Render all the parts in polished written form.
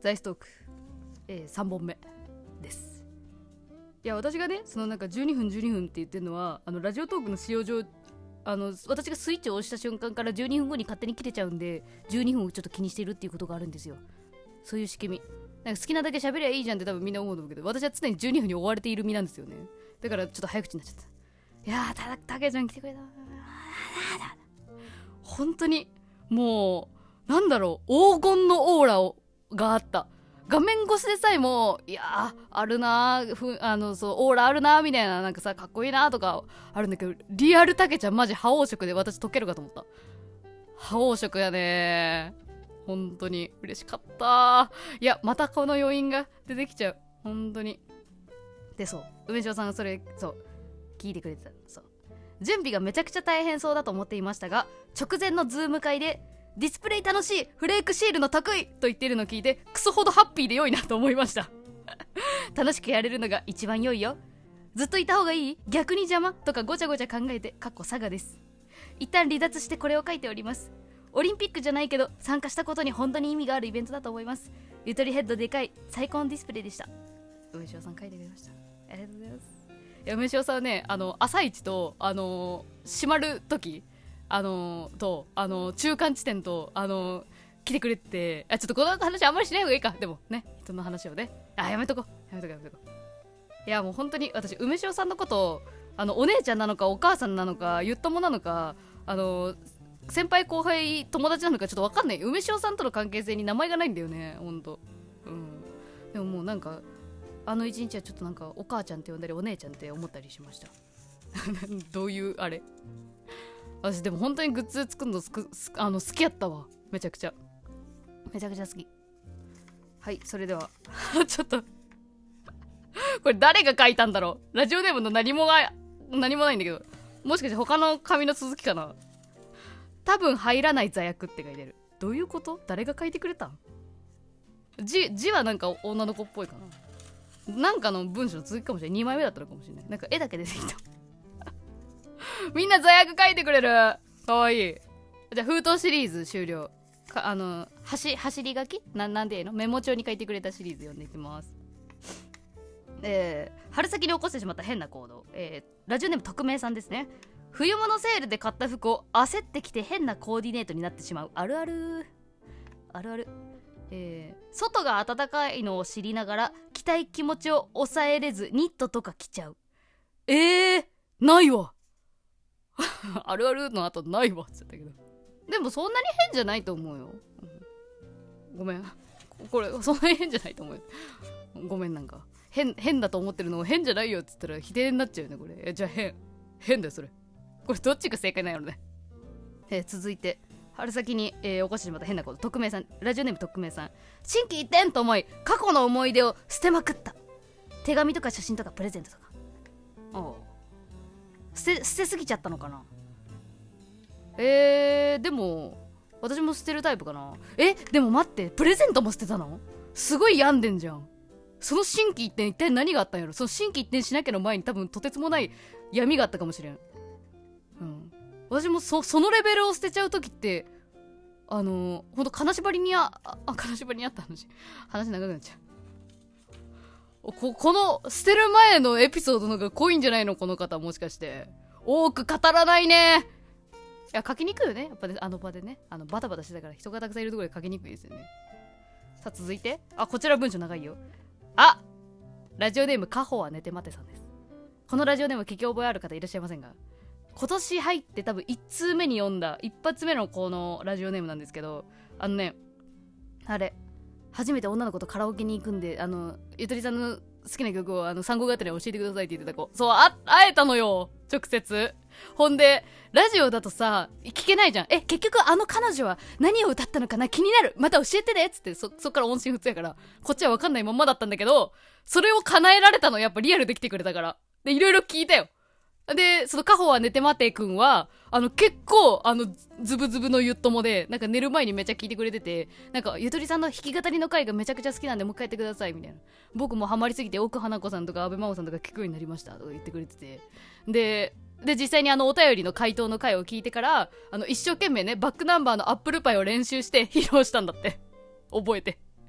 ザイストーク、3本目です。いや、私がね、そのなんか12分12分って言ってるのは、ラジオトークの使用上、私がスイッチを押した瞬間から12分後に勝手に切れちゃうんで、12分をちょっと気にしてるっていうことがあるんですよ。そういう仕組み。なんか好きなだけ喋りゃいいじゃんって多分みんな思うと思うけど、私は常に12分に追われている身なんですよね。だからちょっと早口になっちゃった。いやー、たけちゃん来てくれた。本当にもうなんだろう、黄金のオーラがあった。画面越しでさえも、いやーあるなー、そうオーラあるなーみたいな、なんかさかっこいいなーとかあるんだけど、リアルたけちゃんマジ覇王色で私溶けるかと思った。覇王色やねー。本当に嬉しかったー。いや、またこの余韻が出てきちゃう、本当に。で、そう梅塩さんがそれ聞いてくれてた。そう準備がめちゃくちゃ大変そうだと思っていましたが、直前のズーム会でディスプレイ楽しい、フレークシールの得意と言っているのを聞いて、クソほどハッピーで良いなと思いました楽しくやれるのが一番良いよ。ずっといた方がいい、逆に邪魔とかごちゃごちゃ考えて佐賀です。一旦離脱してこれを書いております。オリンピックじゃないけど参加したことに本当に意味があるイベントだと思います。ゆとりヘッドでかい最高のディスプレイでした。梅塩さん書いてくれました。ありがとうございます。いや、梅塩さんはね、朝一と閉まる時と中間地点と来てくれて、ちょっとこの話あんまりしない方がいいか。でもね、人の話をね、やめとこう。いや、もう本当に私梅塩さんのことお姉ちゃんなのかお母さんなのかゆっともなのか先輩後輩友達なのかちょっと分かんない。梅塩さんとの関係性に名前がないんだよね、ほんと。でももうなんか一日はちょっとなんかお母ちゃんって呼んだりお姉ちゃんって思ったりしましたどういうあれ。私でも本当にグッズ作るの好きやったわ。めちゃくちゃ好き。はい、それではちょっとこれ誰が書いたんだろう。ラジオネームの何もないんだけど、もしかして他の紙の続きかな。多分入らない座薬って書いてる。どういうこと？誰が書いてくれたん？字はなんか女の子っぽいかな。なんかの文章の続きかもしれない。2枚目だったのかもしれない。なんか絵だけ出てきたみんな座薬書いてくれる。かわいい。じゃあ封筒シリーズ終了。走り書きなんでいいの？メモ帳に書いてくれたシリーズ読んでいきます。春先に起こしてしまった変な行動、ラジオネーム匿名さんですね。冬物セールで買った服を焦ってきて変なコーディネートになってしまう。あるある。外が暖かいのを知りながら着たい気持ちを抑えれずニットとか着ちゃう。ないわあるあるの後ないわって言ったけど、でもそんなに変じゃないと思うよ。ごめん、これそんなに変じゃないと思うよ。ごめん、なんか変だと思ってるのを変じゃないよって言ったら否定になっちゃうよね、これ。じゃあ変だよそれ。これどっちが正解なのね。続いて春先に、起こしてしまった変なこと、匿名さん。ラジオネーム匿名さん。心機一転と思い過去の思い出を捨てまくった。手紙とか写真とかプレゼントとか。捨てすぎちゃったのかな。でも私も捨てるタイプかな。でも待って、プレゼントも捨てたの？すごい病んでんじゃん。その心機一転一体何があったんやろ。その心機一転しなきゃの前に多分とてつもない闇があったかもしれん。私もそのレベルを捨てちゃう時ってほんと金縛りにあった話長くなっちゃう。この捨てる前のエピソードの方が濃いんじゃないの、この方。もしかして多く語らないね。いや、書きにくいよね、やっぱね、あの場でね。バタバタしてたから人がたくさんいるところで書きにくいですよね。さあ続いて、こちら文章長いよ。ラジオネームカホは寝て待てさんです。このラジオネーム聞き覚えある方いらっしゃいませんが、今年入って多分1通目に読んだ一発目のこのラジオネームなんですけど、初めて女の子とカラオケに行くんで、ゆとりさんの好きな曲を産後語り教えてくださいって言ってた子。そう、会えたのよ、直接。ほんでラジオだとさ聞けないじゃん。結局彼女は何を歌ったのかな、気になる、また教えてねっつって、そっから音信不通やからこっちは分かんないまんまだったんだけど、それを叶えられたのやっぱリアルで来てくれたから。でいろいろ聞いたよ。でそのカホは寝て待てくんは結構ズブズブのゆっともで、なんか寝る前にめっちゃ聞いてくれてて、なんかゆとりさんの弾き語りの回がめちゃくちゃ好きなんでもう一回やってくださいみたいな。僕もハマりすぎて奥花子さんとか安部真央さんとか聞くようになりましたとか言ってくれてて、で実際にお便りの回答の回を聞いてから一生懸命ねバックナンバーのアップルパイを練習して披露したんだって覚えて。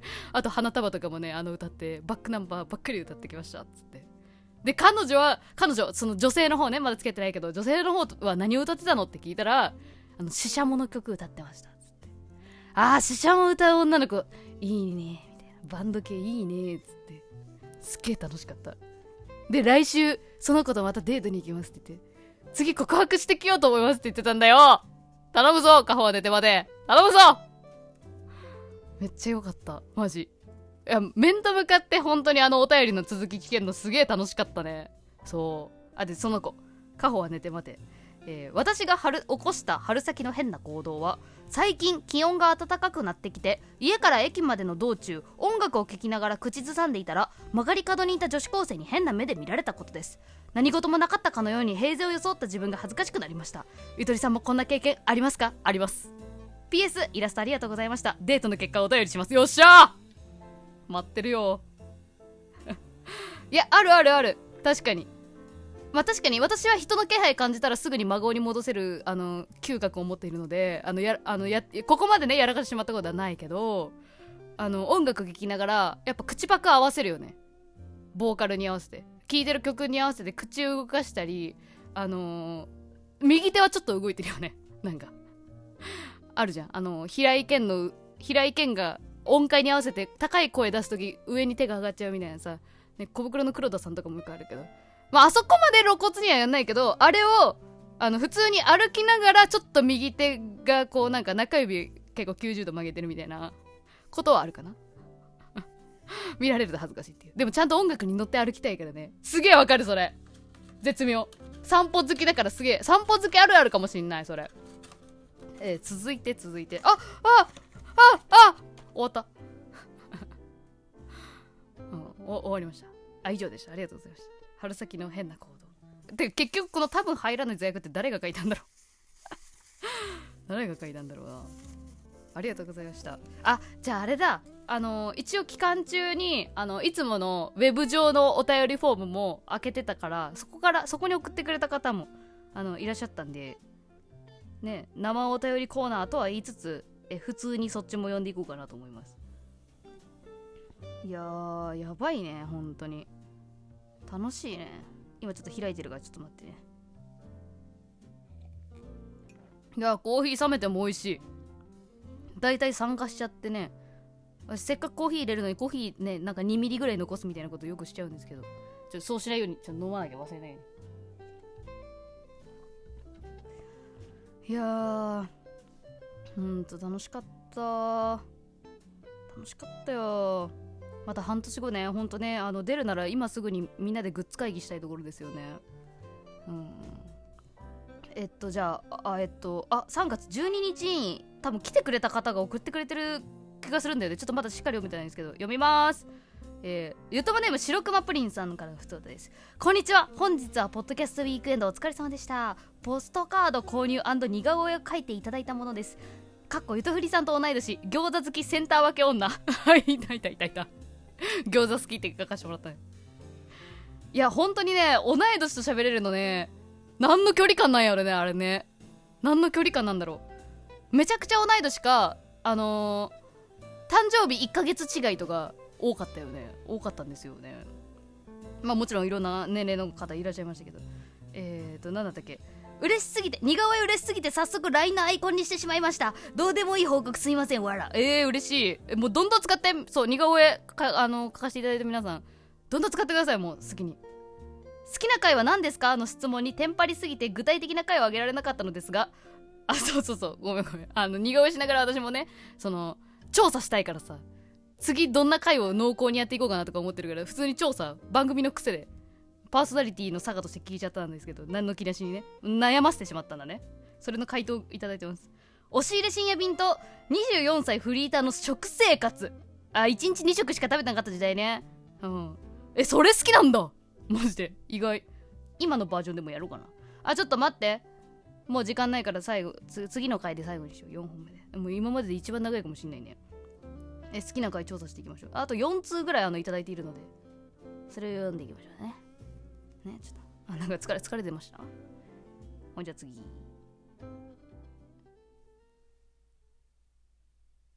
あと花束とかもね歌ってバックナンバーばっかり歌ってきましたっつって。で彼女その女性の方ね、まだつけてないけど女性の方は何を歌ってたのって聞いたら、シシャモの曲歌ってましたっつって。シシャモ歌う女の子いいねみたいな、バンド系いいねっつって、すっげえ楽しかった。で来週その子とまたデートに行きますって言って、次告白してきようと思いますって言ってたんだよ。頼むぞカホは寝てまで、頼むぞ。めっちゃ良かったマジ。いや面と向かって本当にお便りの続き聞けるのすげえ楽しかったね。そうでその子カホは寝てまで、私が起こした春先の変な行動は、最近気温が暖かくなってきて家から駅までの道中音楽を聴きながら口ずさんでいたら、曲がり角にいた女子高生に変な目で見られたことです。何事もなかったかのように平然を装った自分が恥ずかしくなりました。ゆとりさんもこんな経験ありますか？あります。 PS イラストありがとうございました。デートの結果をお便りします。よっしゃー待ってるよいやある確かに。確かに私は人の気配感じたらすぐに真顔に戻せる嗅覚を持っているので、ここまでねやらかしてしまったことはないけど、音楽聴きながらやっぱ口パク合わせるよね。ボーカルに合わせて聴いてる曲に合わせて口を動かしたり、右手はちょっと動いてるよね。なんかあるじゃん、平井堅が音階に合わせて高い声出すとき上に手が上がっちゃうみたいなさ、ね、小袋の黒田さんとかもよくあるけど、あそこまで露骨にはやんないけど、あれを普通に歩きながらちょっと右手がこうなんか中指結構90度曲げてるみたいなことはあるかな見られると恥ずかしいっていう。でもちゃんと音楽に乗って歩きたいからね。すげえわかるそれ。絶妙。散歩好きだからすげえ散歩好きあるあるかもしんないそれ。続いて終わった終わりました。以上でした。ありがとうございました。春先の変な行動で、結局この多分入らない罪悪って誰が書いたんだろう誰が書いたんだろうな。ありがとうございました。じゃああれだ、一応期間中にいつものウェブ上のお便りフォームも開けてたから、そこに送ってくれた方もいらっしゃったんでね、生お便りコーナーとは言いつつ普通にそっちも読んでいこうかなと思います。いやーやばいね、本当に楽しいね。今ちょっと開いてるからちょっと待ってね。いやコーヒー冷めても美味しい。だいたい酸化しちゃってね、私せっかくコーヒー入れるのにコーヒーねなんか2ミリぐらい残すみたいなことよくしちゃうんですけど、そうしないようにちょっと飲まなきゃ忘れないように。いやー楽しかったよ。また半年後ね、ほんとね出るなら今すぐにみんなでグッズ会議したいところですよね。じゃあ3月12日に多分来てくれた方が送ってくれてる気がするんだよね。ちょっとまだしっかり読めてないんですけど読みます。ゆとまネーム白熊プリンさんからのふつおたです。こんにちは。本日はポッドキャストウィークエンドお疲れ様でした。ポストカード購入&似顔絵を描いていただいたものです。ゆとふりさんと同い年、餃子好きセンター分け女いた餃子好きって書かせてもらったね。いや本当にね、同い年と喋れるのね、何の距離感なんやろね。あれね何の距離感なんだろう。めちゃくちゃ同い年か誕生日1ヶ月違いとか多かったんですよね。もちろんいろんな年齢の方いらっしゃいましたけど、なんだったっけ、嬉しすぎて似顔絵嬉しすぎて早速 LINE のアイコンにしてしまいました。どうでもいい報告すいませんわら。嬉しい。もうどんどん使って、そう似顔絵描かせていただいて皆さんどんどん使ってください。もう好きに。好きな回は何ですかの質問にテンパりすぎて具体的な回を挙げられなかったのですが、そうごめん似顔絵しながら私もね調査したいからさ、次どんな回を濃厚にやっていこうかなとか思ってるから、普通に調査番組の癖でパーソナリティの差がとして聞いちゃったんですけど、何の気なしにね悩ませてしまったんだね。それの回答いただいてます。押し入れ深夜便と24歳フリーターの食生活。1日2食しか食べてなかった時代ね。それ好きなんだマジで意外。今のバージョンでもやろうかな。ちょっと待って、もう時間ないから次の回で最後にしよう。4本目でもう今までで一番長いかもしんないね。好きな回調査していきましょう。あと4通ぐらいいただいているのでそれを読んでいきましょうね。ちょっとなんか疲れてました。ほんじゃ次。